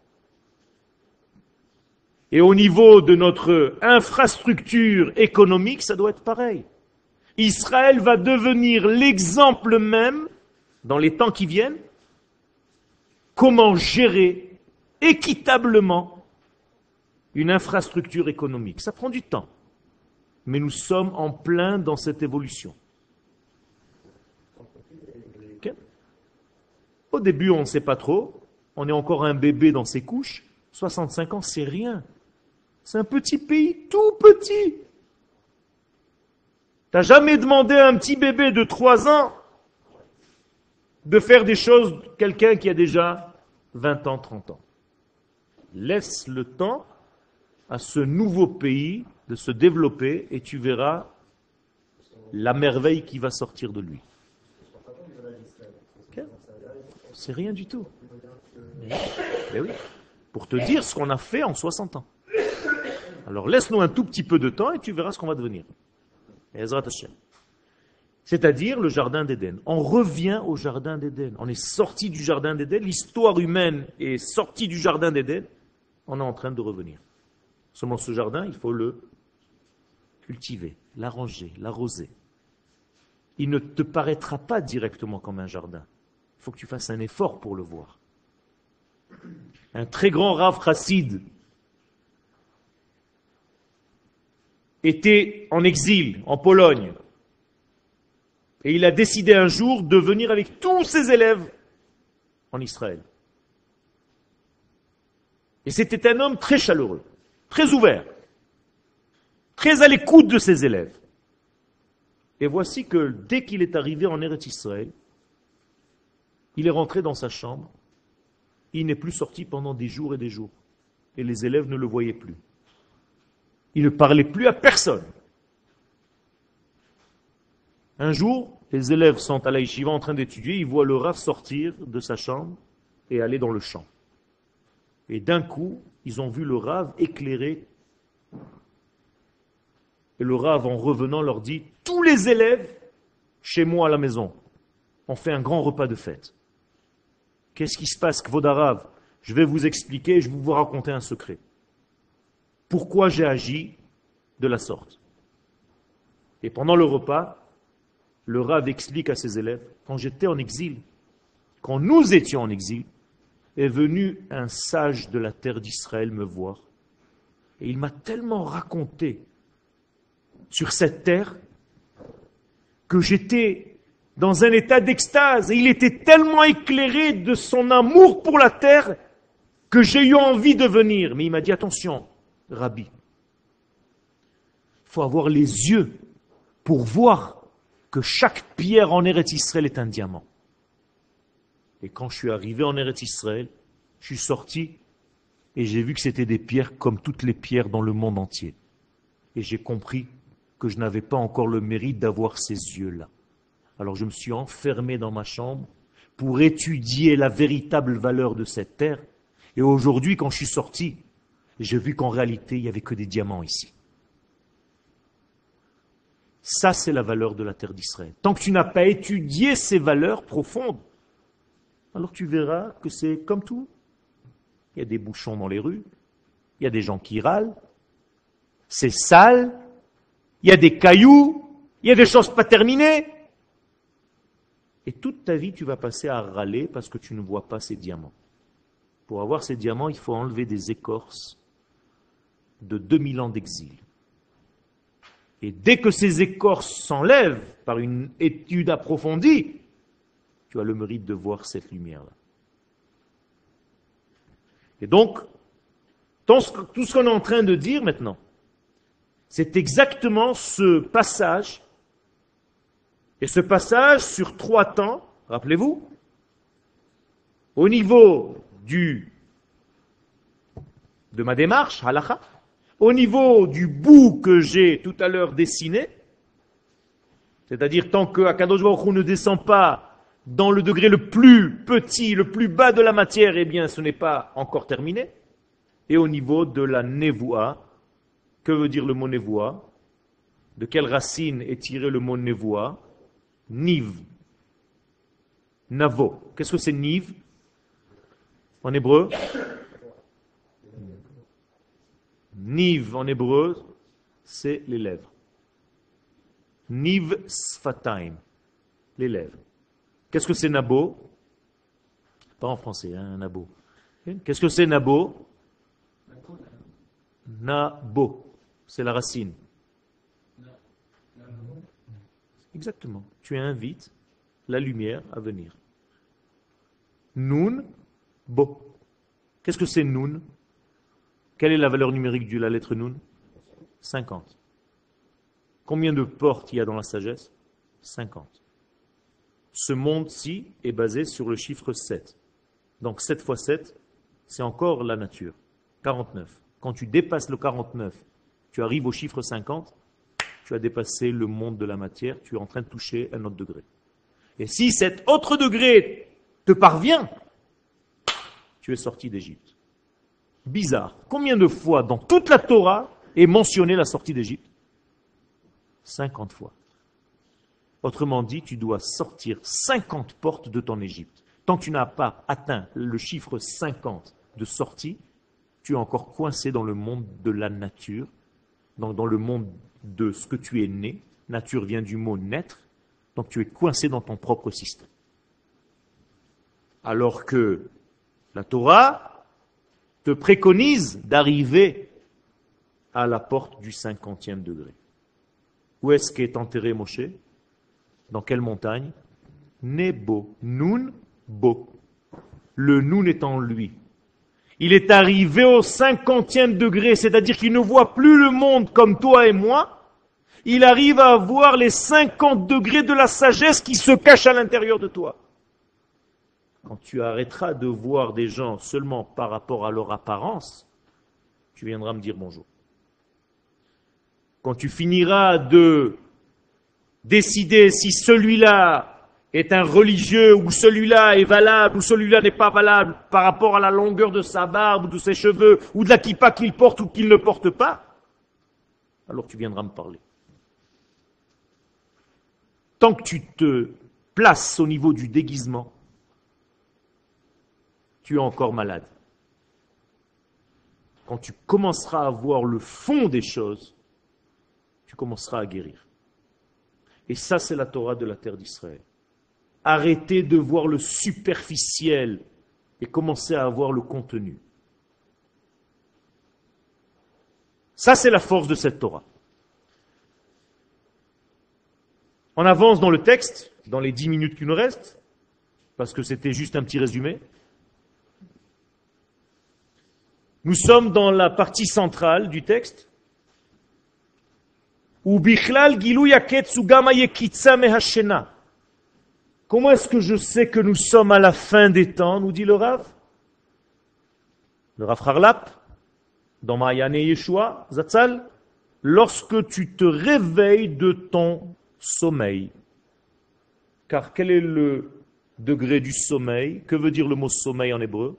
Et au niveau de notre infrastructure économique, ça doit être pareil. Israël va devenir l'exemple même, dans les temps qui viennent, comment gérer équitablement une infrastructure économique. Ça prend du temps, mais nous sommes en plein dans cette évolution. Okay. Au début, on ne sait pas trop, on est encore un bébé dans ses couches, soixante-cinq ans, c'est rien. C'est un petit pays, tout petit. T'as jamais demandé à un petit bébé de trois ans de faire des choses, quelqu'un qui a déjà vingt ans, trente ans. Laisse le temps à ce nouveau pays de se développer et tu verras la merveille qui va sortir de lui. Okay. C'est rien du tout. Mais oui, pour te dire ce qu'on a fait en soixante ans. Alors laisse-nous un tout petit peu de temps et tu verras ce qu'on va devenir. Ezrat Hashem. C'est-à-dire le jardin d'Éden. On revient au jardin d'Éden. On est sorti du jardin d'Éden. L'histoire humaine est sortie du jardin d'Éden. On est en train de revenir. Seulement ce jardin, il faut le cultiver, l'arranger, l'arroser. Il ne te paraîtra pas directement comme un jardin. Il faut que tu fasses un effort pour le voir. un très grand Rav Chassid, était en exil en Pologne. Et il a décidé un jour de venir avec tous ses élèves en Israël. Et c'était un homme très chaleureux, très ouvert, très à l'écoute de ses élèves. Et voici que dès qu'il est arrivé en Eretz Israël, il est rentré dans sa chambre, il n'est plus sorti pendant des jours et des jours. Et les élèves ne le voyaient plus. Il ne parlait plus à personne. Un jour, les élèves sont à la yeshiva en train d'étudier, ils voient le Rav sortir de sa chambre et aller dans le champ. Et d'un coup, ils ont vu le Rav éclairé. Et le Rav, en revenant, leur dit, tous les élèves, chez moi à la maison, ont fait un grand repas de fête. Qu'est-ce qui se passe, Kvod Harav? Je vais vous expliquer, je vais vous raconter un secret. Pourquoi j'ai agi de la sorte? Et pendant le repas, le Rav explique à ses élèves, quand j'étais en exil, quand nous étions en exil, est venu un sage de la terre d'Israël me voir. Et il m'a tellement raconté sur cette terre que j'étais dans un état d'extase. Et il était tellement éclairé de son amour pour la terre que j'ai eu envie de venir. Mais il m'a dit, attention, Rabbi, il faut avoir les yeux pour voir que chaque pierre en Eretz Israël est un diamant. Et quand je suis arrivé en Eretz Israël, je suis sorti et j'ai vu que c'était des pierres comme toutes les pierres dans le monde entier. Et j'ai compris que je n'avais pas encore le mérite d'avoir ces yeux-là. Alors je me suis enfermé dans ma chambre pour étudier la véritable valeur de cette terre. Et aujourd'hui, quand je suis sorti, j'ai vu qu'en réalité, il n'y avait que des diamants ici. Ça, c'est la valeur de la terre d'Israël. Tant que tu n'as pas étudié ces valeurs profondes, alors tu verras que c'est comme tout. Il y a des bouchons dans les rues, il y a des gens qui râlent, c'est sale, il y a des cailloux, il y a des choses pas terminées. Et toute ta vie, tu vas passer à râler parce que tu ne vois pas ces diamants. Pour avoir ces diamants, il faut enlever des écorces de deux mille ans d'exil. Et dès que ces écorces s'enlèvent par une étude approfondie, tu as le mérite de voir cette lumière-là. Et donc, tout ce qu'on est en train de dire maintenant, c'est exactement ce passage, et ce passage sur trois temps, rappelez-vous, au niveau du, de ma démarche, halakha, au niveau du bout que j'ai tout à l'heure dessiné, c'est-à-dire tant que Akadosh Baruch Hu ne descend pas dans le degré le plus petit, le plus bas de la matière, eh bien ce n'est pas encore terminé. Et au niveau de la nevoua, que veut dire le mot nevoua? De quelle racine est tiré le mot nevoua? Niv. Navo. Qu'est-ce que c'est niv en hébreu? Niv en hébreu, c'est les lèvres. Niv sfataim, les lèvres. Qu'est-ce que c'est nabo? Pas en français, hein, nabo. Qu'est-ce que c'est nabo? Nabo, c'est la racine. Exactement. Tu invites la lumière à venir. Nun, bo. Qu'est-ce que c'est nun? Quelle est la valeur numérique de la lettre nun? cinquante. Combien de portes il y a dans la sagesse? cinquante. Ce monde-ci est basé sur le chiffre sept. Donc sept fois sept, c'est encore la nature. quarante-neuf. Quand tu dépasses le quarante-neuf, tu arrives au chiffre cinquante, tu as dépassé le monde de la matière, tu es en train de toucher un autre degré. Et si cet autre degré te parvient, tu es sorti d'Égypte. Bizarre. Combien de fois dans toute la Torah est mentionnée la sortie d'Égypte? cinquante fois. Autrement dit, tu dois sortir cinquante portes de ton Égypte. Tant que tu n'as pas atteint le chiffre cinquante de sortie, tu es encore coincé dans le monde de la nature, dans, dans le monde de ce que tu es né. Nature vient du mot naître, donc tu es coincé dans ton propre système. Alors que la Torah te préconise d'arriver à la porte du cinquantième degré. Où est-ce qu'est enterré Moshe? Dans quelle montagne? Nebo, Nun, Bo. Le Nun est en lui. Il est arrivé au cinquantième degré, c'est-à-dire qu'il ne voit plus le monde comme toi et moi. Il arrive à voir les cinquante degrés de la sagesse qui se cachent à l'intérieur de toi. Quand tu arrêteras de voir des gens seulement par rapport à leur apparence, tu viendras me dire bonjour. Quand tu finiras de décider si celui-là est un religieux, ou celui-là est valable, ou celui-là n'est pas valable, par rapport à la longueur de sa barbe, ou de ses cheveux, ou de la kippa qu'il porte ou qu'il ne porte pas, alors tu viendras me parler. Tant que tu te places au niveau du déguisement, tu es encore malade. Quand tu commenceras à voir le fond des choses, tu commenceras à guérir. Et ça, c'est la Torah de la terre d'Israël. Arrêtez de voir le superficiel et commencez à voir le contenu. Ça, c'est la force de cette Torah. On avance dans le texte, dans les dix minutes qui nous restent, parce que c'était juste un petit résumé. Nous sommes dans la partie centrale du texte. Ubichlal gilou yaketsu gama yekitsa mehashena. Comment est-ce que je sais que nous sommes à la fin des temps, nous dit le Rav? Le Rav Harlap, dans Ma'ayane Yeshua, Zatzal, lorsque tu te réveilles de ton sommeil. Car quel est le degré du sommeil? Que veut dire le mot sommeil en hébreu?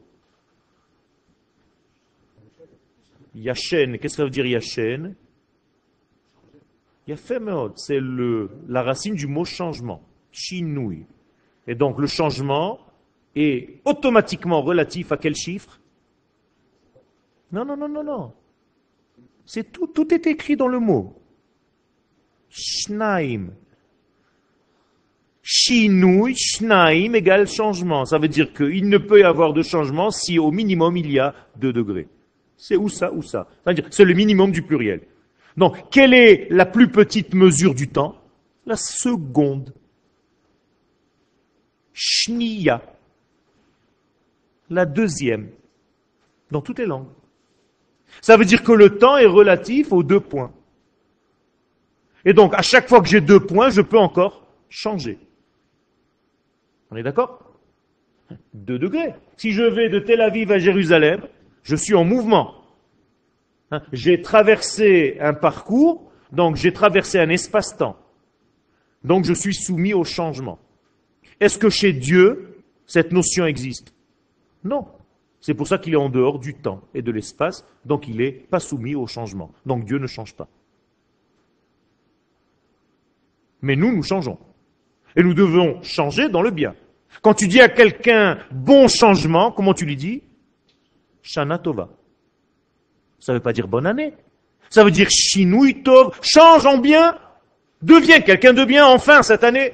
Yashen. Qu'est-ce que ça veut dire Yashen? Yafemeod. C'est le, la racine du mot changement. Shinui. Et donc le changement est automatiquement relatif à quel chiffre? Non, non, non, non, non. C'est tout, tout est écrit dans le mot. Shnaim. Shinui, shnaim égale changement. Ça veut dire qu'il ne peut y avoir de changement si au minimum il y a deux degrés. C'est ou ça ou ça. C'est-à-dire c'est le minimum du pluriel. Donc, quelle est la plus petite mesure du temps? La seconde. Shniya. La deuxième. Dans toutes les langues. Ça veut dire que le temps est relatif aux deux points. Et donc, à chaque fois que j'ai deux points, je peux encore changer. On est d'accord? Deux degrés. Si je vais de Tel Aviv à Jérusalem, je suis en mouvement. Hein, j'ai traversé un parcours, donc j'ai traversé un espace-temps. Donc je suis soumis au changement. Est-ce que chez Dieu, cette notion existe? Non. C'est pour ça qu'il est en dehors du temps et de l'espace, donc il n'est pas soumis au changement. Donc Dieu ne change pas. Mais nous, nous changeons. Et nous devons changer dans le bien. Quand tu dis à quelqu'un bon changement, comment tu lui dis? Shana Tova. Ça ne veut pas dire bonne année. Ça veut dire Shinui Tov, change en bien, deviens quelqu'un de bien enfin cette année.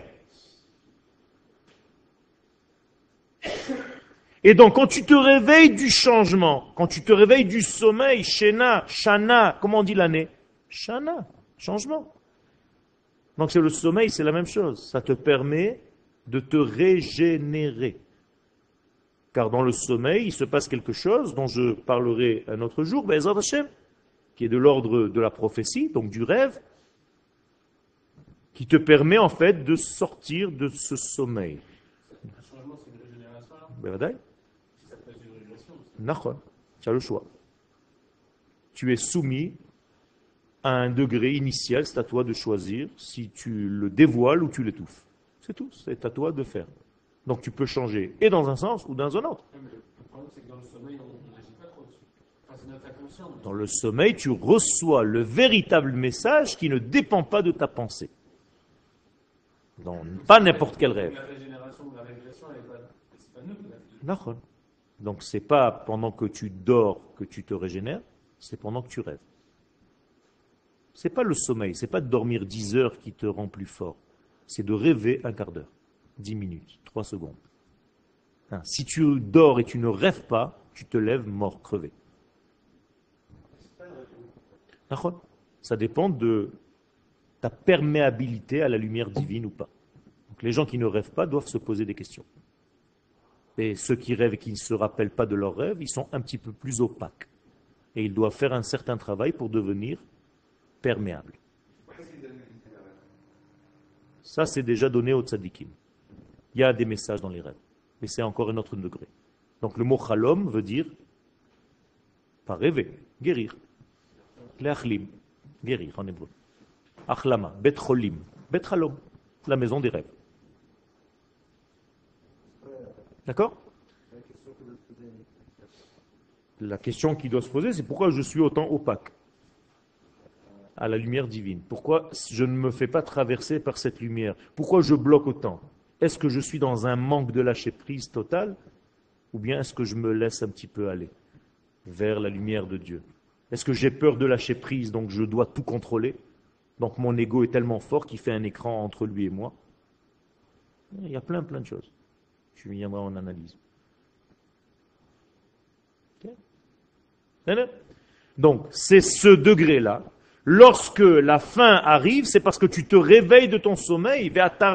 Et donc quand tu te réveilles du changement, quand tu te réveilles du sommeil, Shena, Shana, comment on dit l'année? Shana, changement. Donc c'est le sommeil, c'est la même chose. Ça te permet de te régénérer. Car dans le sommeil, il se passe quelque chose dont je parlerai un autre jour, Be'ezrat Hashem, qui est de l'ordre de la prophétie, donc du rêve, qui te permet en fait de sortir de ce sommeil. Un changement, c'est une régénération là? Ben, Si ça peut être une régression. Nachon, tu as le choix. Tu es soumis à un degré initial, c'est à toi de choisir si tu le dévoiles ou tu l'étouffes. C'est tout, c'est à toi de faire. Donc tu peux changer, et dans un sens ou dans un autre. Oui, mais le problème, c'est que dans le sommeil, on n'agit pas trop dessus. Enfin, c'est notre inconscient. mais- Dans le sommeil, tu reçois le véritable message qui ne dépend pas de ta pensée. Dans pas n'importe quel rêve. La régénération ou la régression, elle est pas, c'est pas nous qui la D'accord. Donc c'est pas pendant que tu dors que tu te régénères, c'est pendant que tu rêves. C'est pas le sommeil, c'est pas de dormir dix heures qui te rend plus fort. C'est de rêver un quart d'heure, dix minutes, trois secondes. Hein, si tu dors et tu ne rêves pas, tu te lèves mort, crevé. Ça dépend de ta perméabilité à la lumière divine ou pas. Donc les gens qui ne rêvent pas doivent se poser des questions. Et ceux qui rêvent et qui ne se rappellent pas de leurs rêves, ils sont un petit peu plus opaques. Et ils doivent faire un certain travail pour devenir perméables. Ça, c'est déjà donné au tzadikim. Il y a des messages dans les rêves. Mais c'est encore un autre degré. Donc le mot chalom veut dire pas rêver, guérir. Leachlim, guérir en hébreu. Achlama, bet cholim, bet chalom, la maison des rêves. D'accord? La question qui doit se poser, c'est pourquoi je suis autant opaque à la lumière divine? Pourquoi je ne me fais pas traverser par cette lumière? Pourquoi je bloque autant? Est-ce que je suis dans un manque de lâcher prise total? Ou bien est-ce que je me laisse un petit peu aller vers la lumière de Dieu? Est-ce que j'ai peur de lâcher prise, donc je dois tout contrôler? Donc mon ego est tellement fort qu'il fait un écran entre lui et moi? Il y a plein plein de choses. Je viendrai en analyse. Okay. Donc c'est ce degré-là. Lorsque la fin arrive, c'est parce que tu te réveilles de ton sommeil.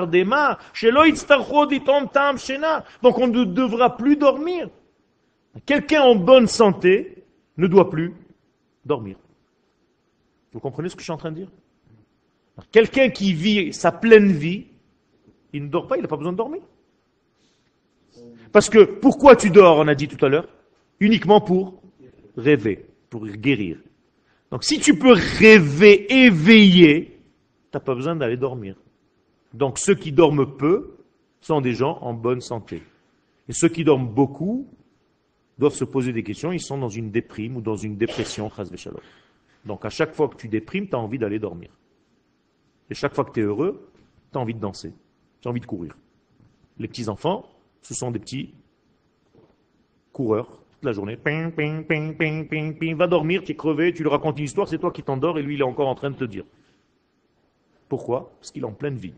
Donc on ne devra plus dormir. Quelqu'un en bonne santé ne doit plus dormir. Vous comprenez ce que je suis en train de dire? Quelqu'un qui vit sa pleine vie, il ne dort pas, il n'a pas besoin de dormir. Parce que pourquoi tu dors, on a dit tout à l'heure? Uniquement pour rêver, pour guérir. Donc si tu peux rêver éveillé, tu n'as pas besoin d'aller dormir. Donc ceux qui dorment peu sont des gens en bonne santé. Et ceux qui dorment beaucoup doivent se poser des questions, ils sont dans une déprime ou dans une dépression, chas v'shalom. Donc à chaque fois que tu déprimes, tu as envie d'aller dormir. Et chaque fois que tu es heureux, tu as envie de danser, tu as envie de courir. Les petits-enfants, ce sont des petits coureurs toute la journée. Ping, ping, ping, ping, ping, ping. Va dormir, tu es crevé, tu lui racontes une histoire, c'est toi qui t'endors et lui il est encore en train de te dire. Pourquoi? Parce qu'il est en pleine vie.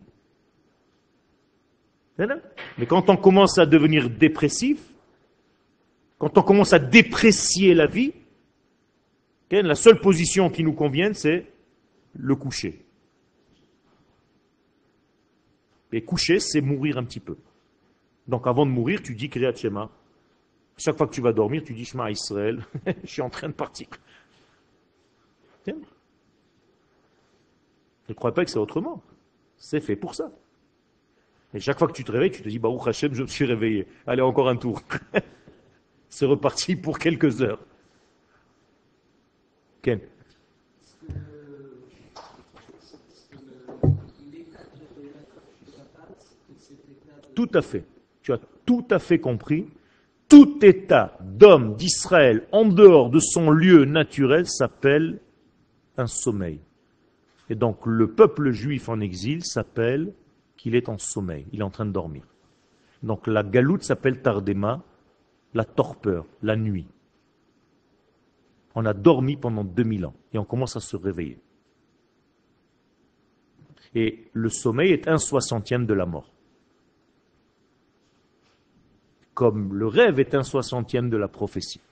Mais quand on commence à devenir dépressif, quand on commence à déprécier la vie, la seule position qui nous convienne, c'est le coucher. Et coucher, c'est mourir un petit peu. Donc avant de mourir, tu dis Kriyat Shema. Chaque fois que tu vas dormir, tu dis Shema Israël. Je suis en train de partir. Ne crois pas que c'est autrement. C'est fait pour ça. Et chaque fois que tu te réveilles, tu te dis Baruch Hashem, je me suis réveillé. Allez, encore un tour. C'est reparti pour quelques heures. Ken. Tout à fait. Tu as tout à fait compris. Tout état d'homme d'Israël en dehors de son lieu naturel s'appelle un sommeil. Et donc le peuple juif en exil s'appelle qu'il est en sommeil. Il est en train de dormir. Donc la galoute s'appelle Tardema, la torpeur, la nuit. On a dormi pendant deux mille ans et on commence à se réveiller. Et le sommeil est un soixantième de la mort. Comme le rêve est un soixantième de la prophétie.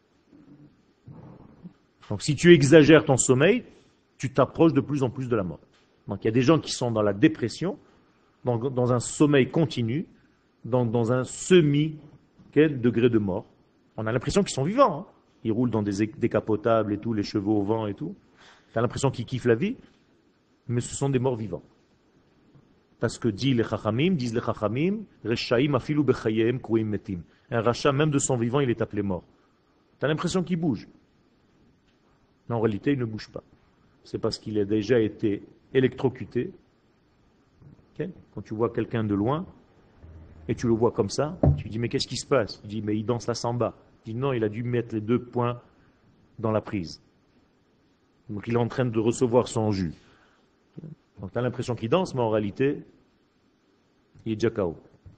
Donc si tu exagères ton sommeil, tu t'approches de plus en plus de la mort. Donc il y a des gens qui sont dans la dépression, dans, dans un sommeil continu, dans, dans un semi-degré de mort. On a l'impression qu'ils sont vivants. Hein. Ils roulent dans des décapotables et tout, les cheveux au vent et tout. Tu as l'impression qu'ils kiffent la vie, mais ce sont des morts vivants. Parce que dit les chachamim, disent les chachamim, reshaim afilu bechayem kruim metim. Un rachat, même de son vivant, il est appelé mort. Tu as l'impression qu'il bouge. Mais en réalité, il ne bouge pas. C'est parce qu'il a déjà été électrocuté. Okay? Quand tu vois quelqu'un de loin, et tu le vois comme ça, tu dis, mais qu'est-ce qui se passe? Tu dis, mais il danse la samba. Tu dis, non, il a dû mettre les deux poings dans la prise. Donc il est en train de recevoir son jus. Donc tu as l'impression qu'il danse, mais en réalité, il est déjà K O.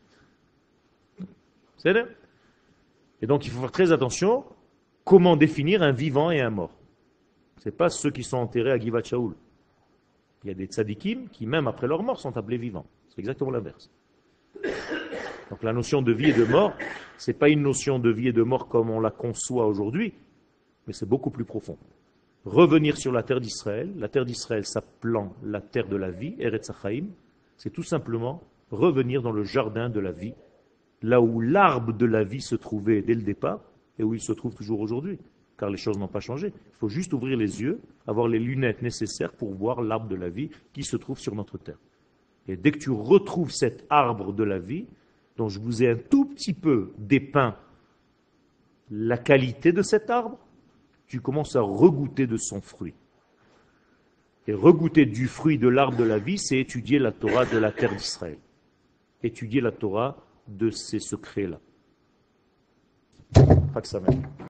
C'est vrai? Et donc il faut faire très attention comment définir un vivant et un mort. Ce n'est pas ceux qui sont enterrés à Givat Shaul. Il y a des tzadikim qui, même après leur mort, sont appelés vivants. C'est exactement l'inverse. Donc la notion de vie et de mort, ce n'est pas une notion de vie et de mort comme on la conçoit aujourd'hui, mais c'est beaucoup plus profond. revenir sur la terre d'Israël, la terre d'Israël s'appelant la terre de la vie, Eretz Hachaim, c'est tout simplement revenir dans le jardin de la vie, là où l'arbre de la vie se trouvait dès le départ, et où il se trouve toujours aujourd'hui, car les choses n'ont pas changé. Il faut juste ouvrir les yeux, avoir les lunettes nécessaires pour voir l'arbre de la vie qui se trouve sur notre terre. Et dès que tu retrouves cet arbre de la vie, dont je vous ai un tout petit peu dépeint la qualité de cet arbre, tu commences à regoûter de son fruit. Et regoûter du fruit de l'arbre de la vie, c'est étudier la Torah de la terre d'Israël. Étudier la Torah de ces secrets-là. Chag Sameach.